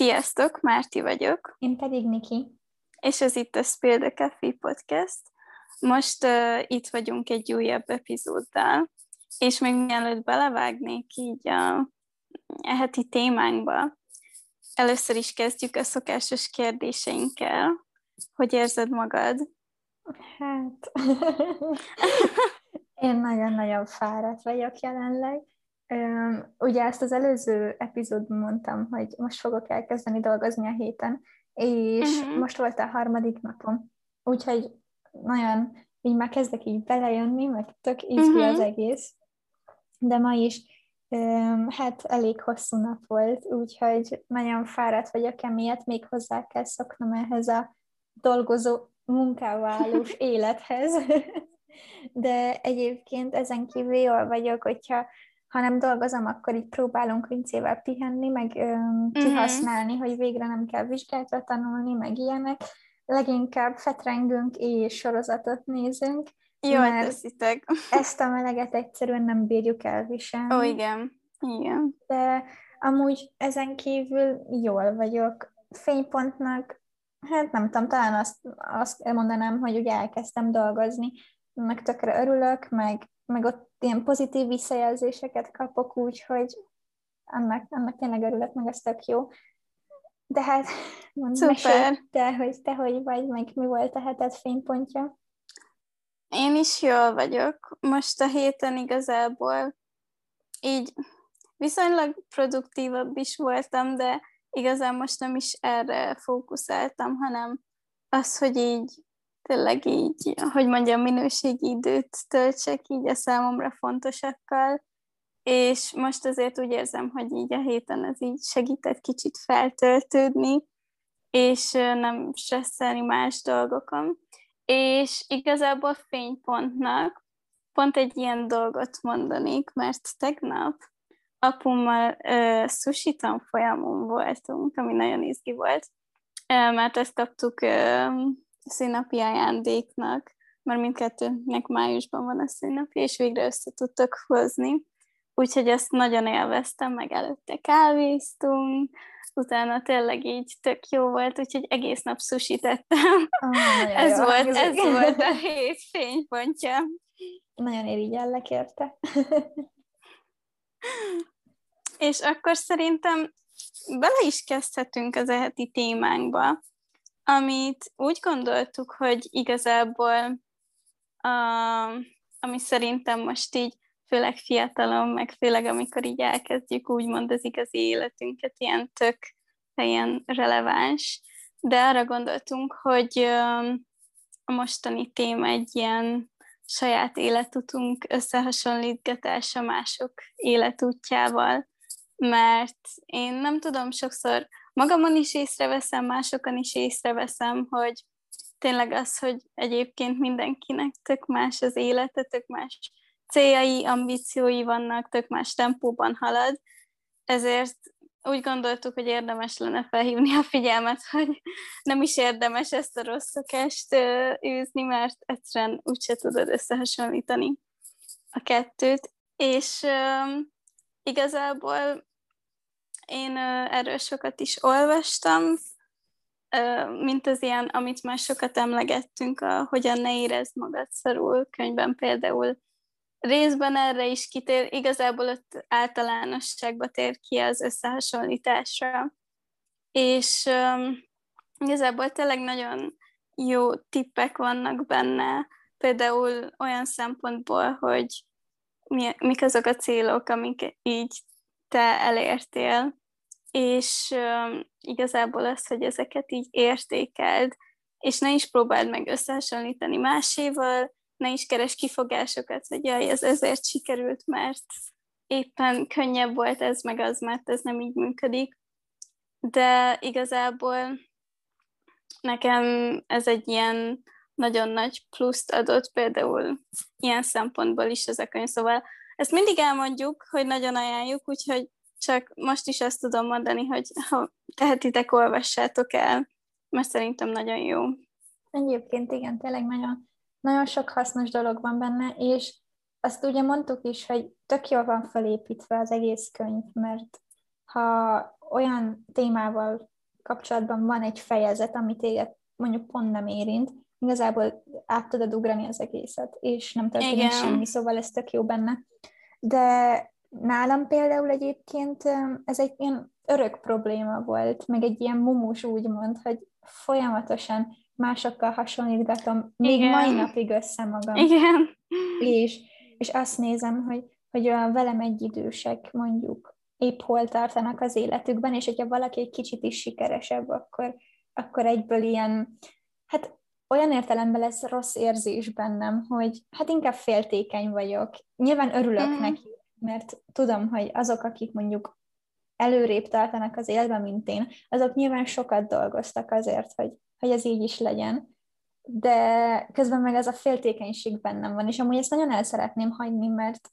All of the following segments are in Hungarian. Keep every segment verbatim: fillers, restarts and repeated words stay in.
Sziasztok, Márti vagyok, Én pedig Niki. és ez itt a Spill the Coffee Podcast. Most uh, itt vagyunk egy újabb epizóddal, és még mielőtt belevágnék így a, a heti témánkba, először is kezdjük a szokásos kérdéseinkkel. Hogy érzed magad? Hát, én nagyon-nagyon fáradt vagyok jelenleg. Üm, ugye ezt az előző epizódban mondtam, hogy most fogok elkezdeni dolgozni a héten, és Uh-huh. most volt a harmadik napom, úgyhogy nagyon így már kezdek így belejönni, meg tök izgi Uh-huh. az egész, de ma is üm, hát elég hosszú nap volt, úgyhogy nagyon fáradt vagyok emiatt, még hozzá kell szoknom ehhez a dolgozó munkával állós élethez. De egyébként ezen kívül jól vagyok, hogyha ha nem dolgozom, akkor így próbálunk Vincével pihenni, meg öm, Uh-huh. kihasználni, hogy végre nem kell vizsgátra tanulni, meg ilyenek. Leginkább fetrengünk és sorozatot nézünk, Jól mert teszitek. ezt a meleget egyszerűen nem bírjuk elviselni. Ó, igen. Igen. De amúgy ezen kívül jól vagyok. Fénypontnak, hát nem tudom, talán azt, azt mondanám, hogy ugye elkezdtem dolgozni, meg tökre örülök, meg, meg ott ilyen pozitív visszajelzéseket kapok, úgyhogy annak, annak tényleg örülök, meg ez tök jó. De hát mondd, mesélj te, hogy te hogy vagy, meg mi volt a heted fénypontja? Én is jól vagyok. Most a héten igazából így viszonylag produktívabb is voltam, de igazán most nem is erre fókuszáltam, hanem az, hogy így tényleg így, hogy mondjam, minőségi időt töltsek így a számomra fontosakkal, és most azért úgy érzem, hogy így a héten ez így segített kicsit feltöltődni, és nem stresszelni más dolgokon. És igazából fénypontnak pont egy ilyen dolgot mondanék, mert tegnap apummal uh, sushi tanfolyamon voltunk, ami nagyon izgi volt, uh, mert ezt kaptuk uh, színnapi ajándéknak, mert mindkettőnek májusban van a színnapja, és végre össze tudtak hozni. Úgyhogy ezt nagyon élveztem, meg előtte kávéztunk, utána tényleg így tök jó volt, úgyhogy egész nap sushi tettem. Oh, ez, volt, ez volt a hét fénypontja. Nagyon irigyellek érte. És akkor szerintem bele is kezdhetünk az eheti témánkba, amit úgy gondoltuk, hogy igazából, uh, ami szerintem most így főleg fiatalon, meg főleg amikor így elkezdjük úgymond az igazi életünket, ilyen tök, ilyen releváns, de arra gondoltunk, hogy uh, a mostani téma egy ilyen saját életutunk összehasonlítgatása mások életútjával, mert én nem tudom, sokszor magamon is észreveszem, másokon is észreveszem, hogy tényleg az, hogy egyébként mindenkinek tök más az élete, tök más céljai, ambíciói vannak, tök más tempóban halad, ezért úgy gondoltuk, hogy érdemes lenne felhívni a figyelmet, hogy nem is érdemes ezt a rossz szokást űzni, mert egyszerűen úgyse tudod összehasonlítani a kettőt, és um, igazából én uh, erről sokat is olvastam, uh, mint az ilyen, amit már sokat emlegettünk, a Hogyan ne érezd magad szarul könyvben például részben erre is kitér, igazából ott általánosságba tér ki az összehasonlításra, és um, igazából tényleg nagyon jó tippek vannak benne, például olyan szempontból, hogy mi, mik azok a célok, amik így te elértél, és um, igazából az, hogy ezeket így értékeld, és ne is próbáld meg összehasonlítani máséval, ne is keres kifogásokat, hogy jaj, ez ezért sikerült, mert éppen könnyebb volt ez, meg az, mert ez nem így működik. De igazából nekem ez egy ilyen nagyon nagy pluszt adott, például ilyen szempontból is ez a könyv. Szóval ezt mindig elmondjuk, hogy nagyon ajánljuk, úgyhogy csak most is azt tudom mondani, hogy ha tehetitek, olvassátok el, mert szerintem nagyon jó. Egyébként igen, tényleg nagyon, nagyon sok hasznos dolog van benne, és azt ugye mondtuk is, hogy tök jól van felépítve az egész könyv, mert ha olyan témával kapcsolatban van egy fejezet, amit téged mondjuk pont nem érint, igazából át tudod ugrani az egészet, és nem történik Igen. semmi, szóval ez tök jó benne. De nálam például egyébként ez egy ilyen örök probléma volt, meg egy ilyen mumus úgymond, hogy folyamatosan másokkal hasonlítgatom, még Igen. mai napig össze magam. Igen. És, és azt nézem, hogy, hogy a velem egyidősek mondjuk épp hol tartanak az életükben, és hogyha valaki egy kicsit is sikeresebb, akkor, akkor egyből ilyen, hát olyan értelemben lesz rossz érzés bennem, hogy hát inkább féltékeny vagyok. Nyilván örülök Mm. neki, mert tudom, hogy azok, akik mondjuk előrébb tartanak az életben, mint én, azok nyilván sokat dolgoztak azért, hogy, hogy ez így is legyen. De közben meg ez a féltékenység bennem van, és amúgy ezt nagyon el szeretném hagyni, mert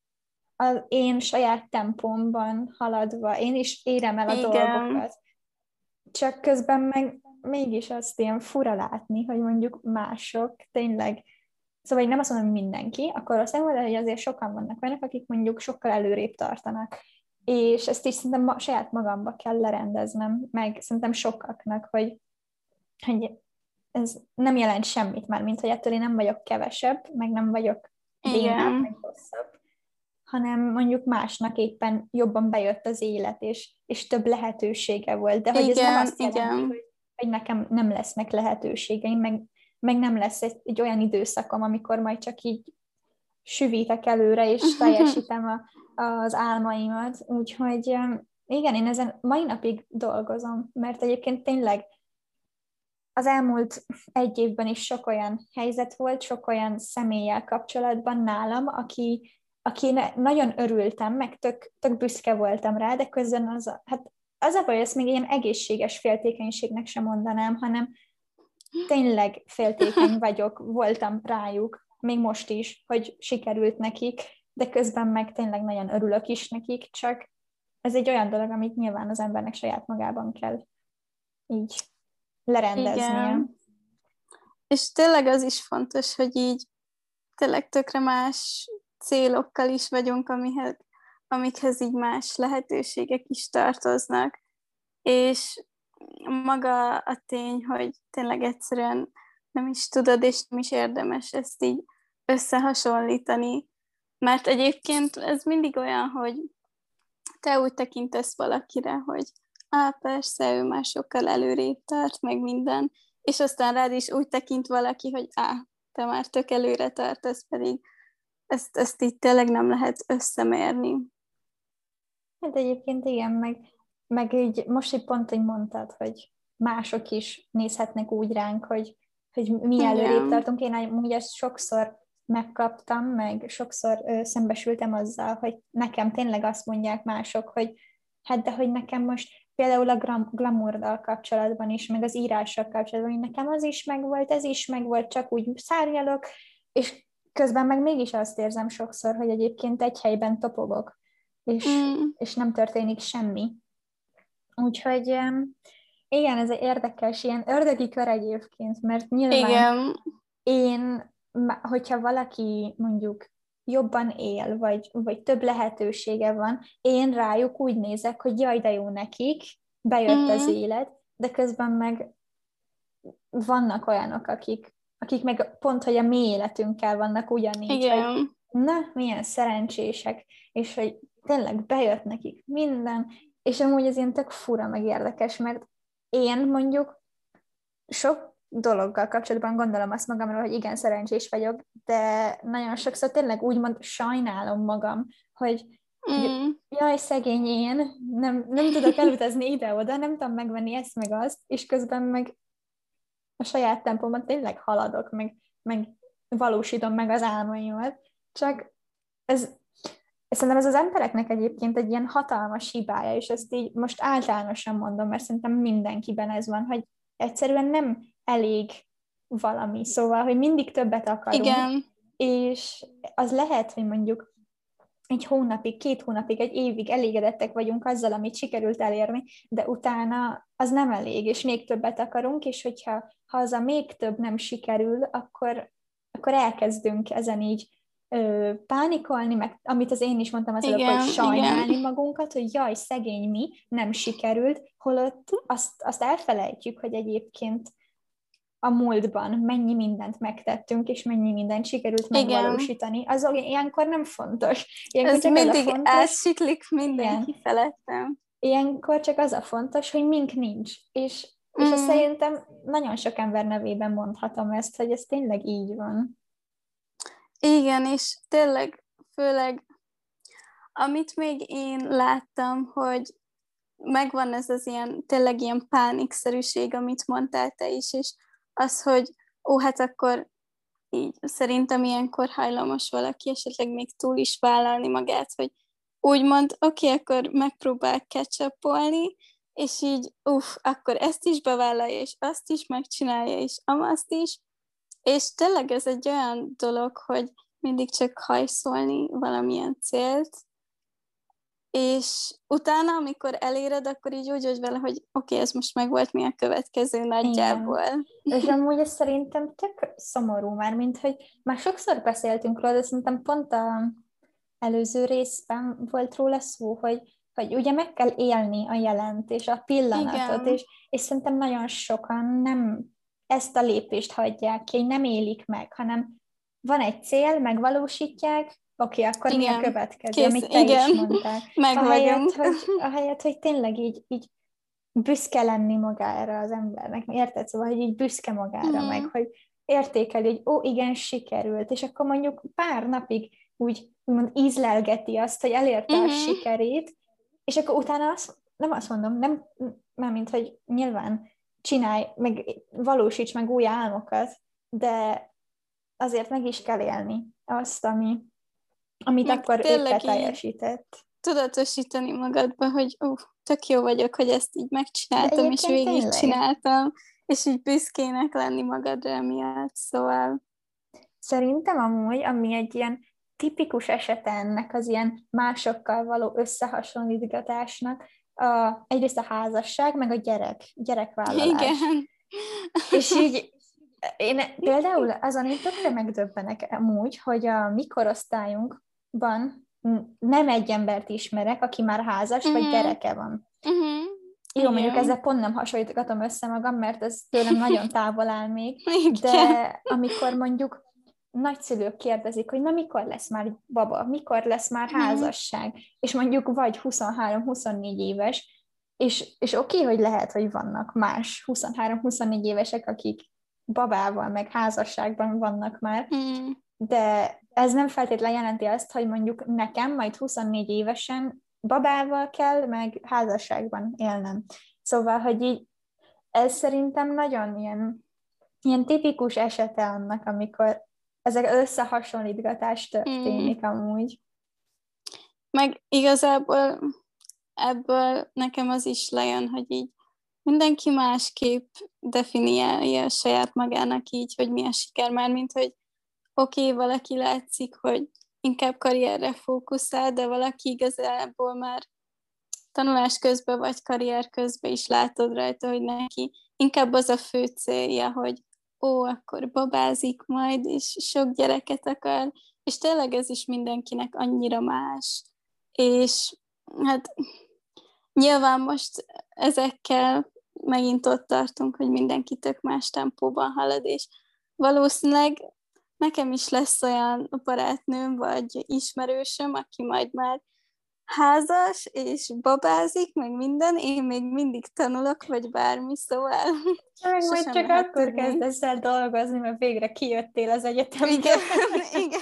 az én saját tempómban haladva, én is érem el a Igen. dolgokat. Csak közben meg mégis azt ilyen fura látni, hogy mondjuk mások tényleg, szóval én nem azt mondom, hogy mindenki, akkor azt mondom, hogy azért sokan vannak olyanok, akik mondjuk sokkal előrébb tartanak. És ezt is szerintem ma, saját magamba kell lerendeznem, meg szerintem sokaknak, hogy, hogy ez nem jelent semmit már, mint hogy ettől én nem vagyok kevesebb, meg nem vagyok bénább, meg rosszabb, hanem mondjuk másnak éppen jobban bejött az élet, és, és több lehetősége volt. De hogy igen, ez nem azt jelenti, igen. hogy, hogy nekem nem lesznek lehetőségeim, meg, meg nem lesz egy, egy olyan időszakom, amikor majd csak így süvítek előre, és teljesítem a, az álmaimat. Úgyhogy igen, én ezen mai napig dolgozom, mert egyébként tényleg az elmúlt egy évben is sok olyan helyzet volt, sok olyan személlyel kapcsolatban nálam, aki, aki nagyon örültem, meg tök, tök büszke voltam rá, de közben az a, hát az a baj, ezt még ilyen egészséges féltékenységnek sem mondanám, hanem tényleg féltékeny vagyok, voltam rájuk, még most is, hogy sikerült nekik, de közben meg tényleg nagyon örülök is nekik, csak ez egy olyan dolog, amit nyilván az embernek saját magában kell így lerendeznie. Igen. És tényleg az is fontos, hogy így tényleg tökre más célokkal is vagyunk, amihez, amikhez így más lehetőségek is tartoznak. És maga a tény, hogy tényleg egyszerűen nem is tudod, és nem is érdemes ezt így összehasonlítani. Mert egyébként ez mindig olyan, hogy te úgy tekintesz valakire, hogy á, persze, ő már sokkal előrébb tart, meg minden, és aztán rád is úgy tekint valaki, hogy á, te már tök előre tartasz, pedig ezt, ezt így tényleg nem lehet összemérni. Hát egyébként igen, meg, meg így most így pont így mondtad, hogy mások is nézhetnek úgy ránk, hogy, hogy mi előrébb tartunk. Én amúgy ezt sokszor megkaptam, meg sokszor ö, szembesültem azzal, hogy nekem tényleg azt mondják mások, hogy hát de hogy nekem most például a gram, glamourdal kapcsolatban is, meg az írással kapcsolatban, hogy nekem az is megvolt, ez is megvolt, csak úgy szárnyalok, és közben meg mégis azt érzem sokszor, hogy egyébként egy helyben topogok, és, mm. és nem történik semmi. Úgyhogy igen, ez egy érdekes, ilyen ördögi kör egyébként, mert nyilván igen. Én, hogyha valaki mondjuk jobban él, vagy, vagy több lehetősége van, én rájuk úgy nézek, hogy jaj, de jó nekik, bejött mm. az élet, de közben meg vannak olyanok, akik, akik meg pont, hogy a mi életünkkel vannak ugyanígy, igen. Hogy na, milyen szerencsések, és hogy tényleg bejött nekik minden, és amúgy ez ilyen tök fura, meg érdekes, mert én mondjuk sok dologgal kapcsolatban gondolom azt magamról, hogy igen, szerencsés vagyok, de nagyon sokszor tényleg úgymond sajnálom magam, hogy mm. jaj, szegény én, nem, nem tudok elutazni ide-oda, nem tudom megvenni ezt meg azt, és közben meg a saját tempóban tényleg haladok, meg, meg valósítom meg az álmaimat. Csak ez, szerintem ez az embereknek egyébként egy ilyen hatalmas hibája, és ezt így most általánosan mondom, mert szerintem mindenkiben ez van, hogy egyszerűen nem elég valami, szóval, hogy mindig többet akarunk, igen. És az lehet, hogy mondjuk egy hónapig, két hónapig, egy évig elégedettek vagyunk azzal, amit sikerült elérni, de utána az nem elég, és még többet akarunk, és hogyha ha az a még több nem sikerül, akkor, akkor elkezdünk ezen így ö, pánikolni, meg amit az én is mondtam az előbb, hogy sajnálni igen. magunkat, hogy jaj, szegény mi, nem sikerült, holott azt, azt elfelejtjük, hogy egyébként a múltban mennyi mindent megtettünk, és mennyi mindent sikerült megvalósítani. Az ilyenkor nem fontos. Ilyenkor Ez csak mindig az a fontos, elsiklik mindenki igen. felettem. Ilyenkor csak az a fontos, hogy mink nincs. És, mm. és azt szerintem nagyon sok ember nevében mondhatom ezt, hogy ez tényleg így van. Igen, és tényleg, főleg, amit még én láttam, hogy megvan ez az ilyen, tényleg ilyen pánikszerűség, amit mondtál te is, és az, hogy ó, hát akkor így szerintem ilyenkor hajlamos valaki esetleg még túl is vállalni magát, hogy úgymond, oké, okay, akkor megpróbál catch-upolni, és így, uff, akkor ezt is bevállalja, és azt is megcsinálja, és amazt is, és tényleg ez egy olyan dolog, hogy mindig csak hajszolni valamilyen célt, és utána, amikor eléred, akkor így úgy vagy vele, hogy oké, okay, ez most meg volt, mi a következő nagyjából. Igen. És amúgy ez szerintem tök szomorú már, mint hogy már sokszor beszéltünk róla, de szerintem pont a előző részben volt róla szó, hogy, hogy ugye meg kell élni a jelent és a pillanatot, és, és szerintem nagyon sokan nem ezt a lépést hagyják ki, nem élik meg, hanem van egy cél, megvalósítják, oké, okay, akkor igen. mi a következő, kész, amit te igen. is mondtál. Ahelyett, hogy, ahelyett, hogy tényleg így, így büszke lenni magára az embernek, érted? Szóval, hogy így büszke magára, mm. meg, hogy értékeli, hogy ó, igen, sikerült, és akkor mondjuk pár napig úgy úgymond ízlelgeti azt, hogy elérte mm-hmm. a sikerét, és akkor utána azt, nem azt mondom, nem, nem mint, hogy nyilván csinálj, meg valósíts meg új álmokat, de azért meg is kell élni azt, ami, amit meg akkor éppen teljesített. Tudatosítani magadba, hogy ó, tök jó vagyok, hogy ezt így megcsináltam, és végig csináltam, és így büszkének lenni magadra emiatt, szóval. Szerintem amúgy, ami egy ilyen tipikus esete ennek az ilyen másokkal való összehasonlítgatásnak, a, egyrészt a házasság, meg a gyerek, gyerekvállalás. Igen. És így én például azon én tökre megdöbbenek amúgy, hogy a mi korosztályunkban nem egy embert ismerek, aki már házas, uh-huh. vagy gyereke van. Uh-huh. Jó, igen. Mondjuk ezzel pont nem hasonlítgatom össze magam, mert ez tőlem nagyon távol áll még, de amikor mondjuk nagyszülők kérdezik, hogy na mikor lesz már baba, mikor lesz már házasság, uh-huh. és mondjuk vagy huszonhárom-huszonnégy éves, és, és oké, okay, hogy lehet, hogy vannak más huszonhárom-huszonnégy évesek, akik babával, meg házasságban vannak már, mm. de ez nem feltétlenül jelenti azt, hogy mondjuk nekem majd huszonnégy évesen babával kell, meg házasságban élnem. Szóval, hogy így ez szerintem nagyon ilyen, ilyen tipikus esete annak, amikor ezek összehasonlítgatás történik mm. amúgy. Meg igazából ebből nekem az is lejön, hogy így mindenki másképp definiálja saját magának így, hogy mi a siker, már mint hogy oké, okay, valaki látszik, hogy inkább karrierre fókuszál, de valaki igazából már tanulás közben vagy karrier közben is látod rajta, hogy neki inkább az a fő célja, hogy ó, akkor babázik majd, és sok gyereket akar, és tényleg ez is mindenkinek annyira más. És hát nyilván most ezekkel megint ott tartunk, hogy mindenki tök más tempóban halad, és valószínűleg nekem is lesz olyan barátnőm, vagy ismerősöm, aki majd már házas, és babázik, meg minden, én még mindig tanulok, vagy bármi, szóval meg majd csak akkor tudni. Kezdesz el dolgozni, mert végre kijöttél az egyetemre. Igen, igen.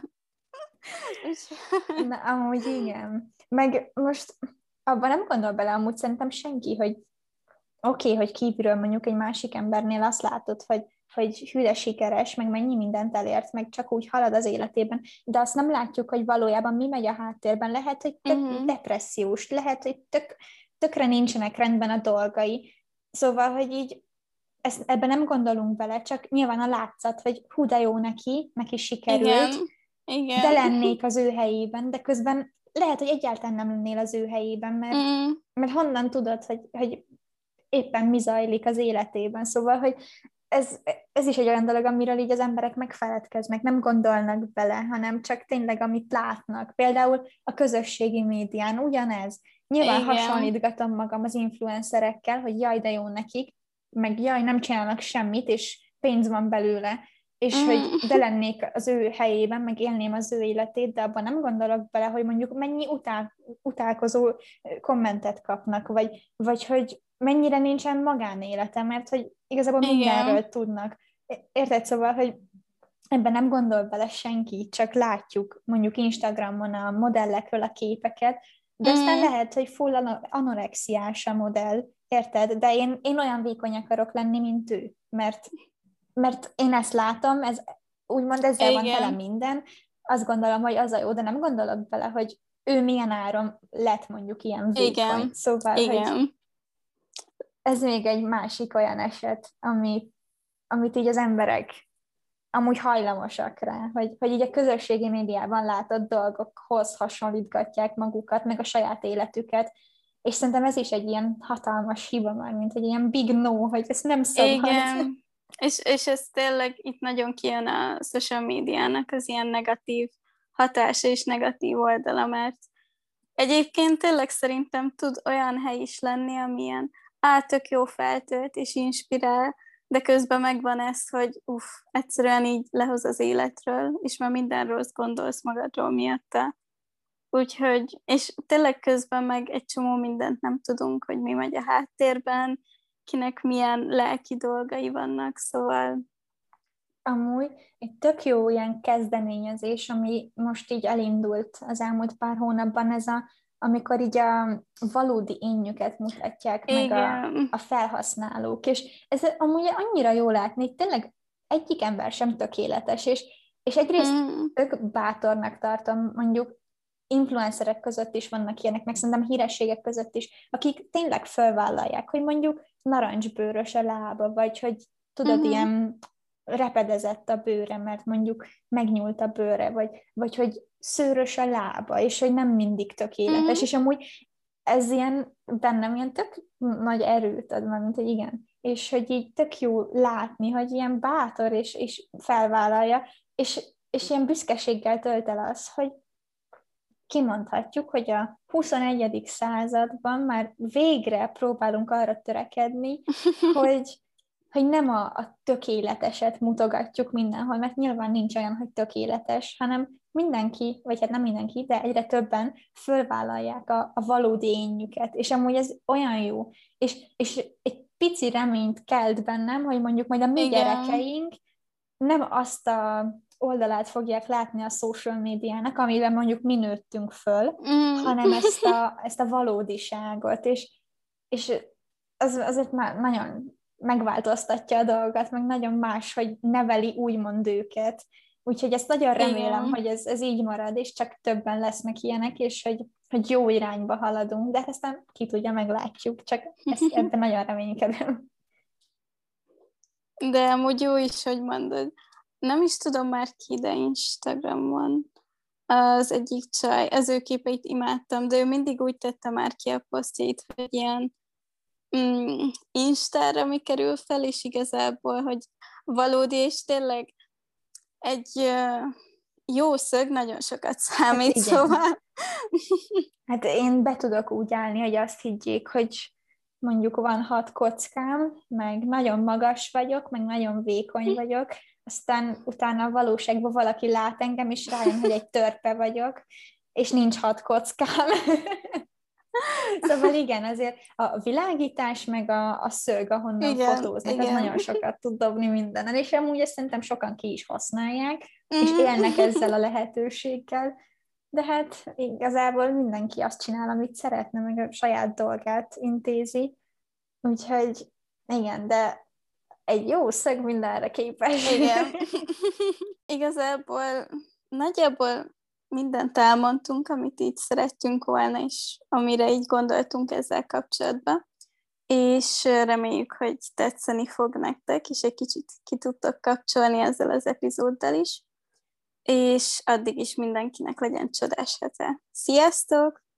Na, amúgy igen. Meg most abban nem gondol bele amúgy szerintem senki, hogy oké, okay, hogy kívülről mondjuk egy másik embernél azt látod, hogy, hogy hüde sikeres, meg mennyi mindent elért, meg csak úgy halad az életében, de azt nem látjuk, hogy valójában mi megy a háttérben. Lehet, hogy tök uh-huh. depressziós, lehet, hogy tök, tökre nincsenek rendben a dolgai. Szóval, hogy így ezt, ebben nem gondolunk bele, csak nyilván a látszat, hogy hú, de jó neki, neki sikerült, igen. Igen. de lennék az ő helyében, de közben lehet, hogy egyáltalán nem lennél az ő helyében, mert, mm. mert honnan tudod, hogy, hogy éppen mi zajlik az életében. Szóval, hogy ez, ez is egy olyan dolog, amiről így az emberek megfeledkeznek, nem gondolnak bele, hanem csak tényleg, amit látnak. Például a közösségi médián ugyanez. Nyilván Igen. hasonlítgatom magam az influencerekkel, hogy jaj, de jó nekik, meg jaj, nem csinálnak semmit, és pénz van belőle, és Mm. hogy de lennék az ő helyében, meg élném az ő életét, de abban nem gondolok bele, hogy mondjuk mennyi utál, utálkozó kommentet kapnak, vagy, vagy hogy mennyire nincsen magánélete, mert hogy igazából Igen. mindenről tudnak. Érted? Szóval, hogy ebben nem gondol bele senki, csak látjuk mondjuk Instagramon a modellekről a képeket, de aztán Mm. lehet, hogy full anorexiás a modell, érted? De én, én olyan vékony akarok lenni, mint ő, mert, mert én ezt látom, ez, úgymond ezzel van Igen. tele minden, azt gondolom, hogy az a jó, de nem gondolok bele, hogy ő milyen áron lett mondjuk ilyen vékony. Igen. Szóval, hogy Igen. ez még egy másik olyan eset, ami, amit így az emberek amúgy hajlamosak rá, hogy, hogy így a közösségi médiában látott dolgokhoz hasonlítgatják magukat, meg a saját életüket, és szerintem ez is egy ilyen hatalmas hiba már, mint egy ilyen big no, hogy ezt nem szabad. Igen. És, és ez tényleg itt nagyon kijön a social médiának az ilyen negatív hatása és negatív oldala, mert egyébként tényleg szerintem tud olyan hely is lenni, amilyen á, tök jó feltölt és inspirál, de közben megvan ez, hogy uff, egyszerűen így lehoz az életről, és már minden rossz gondolsz magadról miatta. Úgyhogy, és tényleg közben meg egy csomó mindent nem tudunk, hogy mi megy a háttérben, kinek milyen lelki dolgai vannak, szóval... Amúgy egy tök jó ilyen kezdeményezés, ami most így elindult az elmúlt pár hónapban, ez a, amikor így a valódi énjüket mutatják meg a, a felhasználók, és ez amúgy annyira jó látni, hogy tényleg egyik ember sem tökéletes, és, és egyrészt mm. tök bátornak tartom, mondjuk influencerek között is vannak ilyenek, meg szerintem hírességek között is, akik tényleg felvállalják, hogy mondjuk narancsbőrös a lába, vagy hogy tudod, mm-hmm. ilyen repedezett a bőre, mert mondjuk megnyúlt a bőre, vagy, vagy hogy szőrös a lába, és hogy nem mindig tökéletes, mm-hmm. és amúgy ez ilyen, bennem ilyen tök nagy erőt ad, mint hogy igen, és hogy így tök jó látni, hogy ilyen bátor, és, és felvállalja, és, és ilyen büszkeséggel tölt el az, hogy kimondhatjuk, hogy a huszonegyedik században már végre próbálunk arra törekedni, hogy hogy nem a, a tökéleteset mutogatjuk mindenhol, mert nyilván nincs olyan, hogy tökéletes, hanem mindenki, vagy hát nem mindenki, de egyre többen fölvállalják a, a valódi énjüket, és amúgy ez olyan jó, és, és egy pici reményt kelt bennem, hogy mondjuk majd a mi Igen. gyerekeink nem azt a oldalát fogják látni a social médiának, amiben mondjuk mi nőttünk föl, mm. hanem ezt a, ezt a valódiságot, és, és az, azért már nagyon megváltoztatja a dolgot, meg nagyon más, hogy neveli úgymond őket. Úgyhogy ezt nagyon remélem, Igen. hogy ez, ez így marad, és csak többen lesznek ilyenek, és hogy, hogy jó irányba haladunk, de aztán ki tudja, meglátjuk, csak ezt, ebben nagyon reménykedem. De amúgy jó is, hogy mondod. Nem is tudom már ki, de Instagramon az egyik csaj, az ő képeit imádtam, de ő mindig úgy tette már ki a posztjait, hogy ilyen Mm, Instára mi kerül fel, és igazából, hogy valódi, és tényleg egy uh, jó szög nagyon sokat számít, hát szóval. Hát én be tudok úgy állni, hogy azt higgyék, hogy mondjuk van hat kockám, meg nagyon magas vagyok, meg nagyon vékony vagyok, aztán utána a valóságban valaki lát engem, és rájön, hogy egy törpe vagyok, és nincs hat kockám. Szóval igen, azért a világítás meg a, a szög, ahonnan igen, fotóznak, igen. az nagyon sokat tud dobni mindenen, és amúgy ezt szerintem sokan ki is használják, mm. és élnek ezzel a lehetőséggel, de hát igazából mindenki azt csinál, amit szeretne, meg a saját dolgát intézi, úgyhogy igen, de egy jó szög mindenre képes. Igen. Igazából nagyjából mindent elmondtunk, amit így szerettünk volna, és amire így gondoltunk ezzel kapcsolatban, és reméljük, hogy tetszeni fog nektek, és egy kicsit ki tudtok kapcsolni ezzel az epizóddal is, és addig is mindenkinek legyen csodás hete. Sziasztok!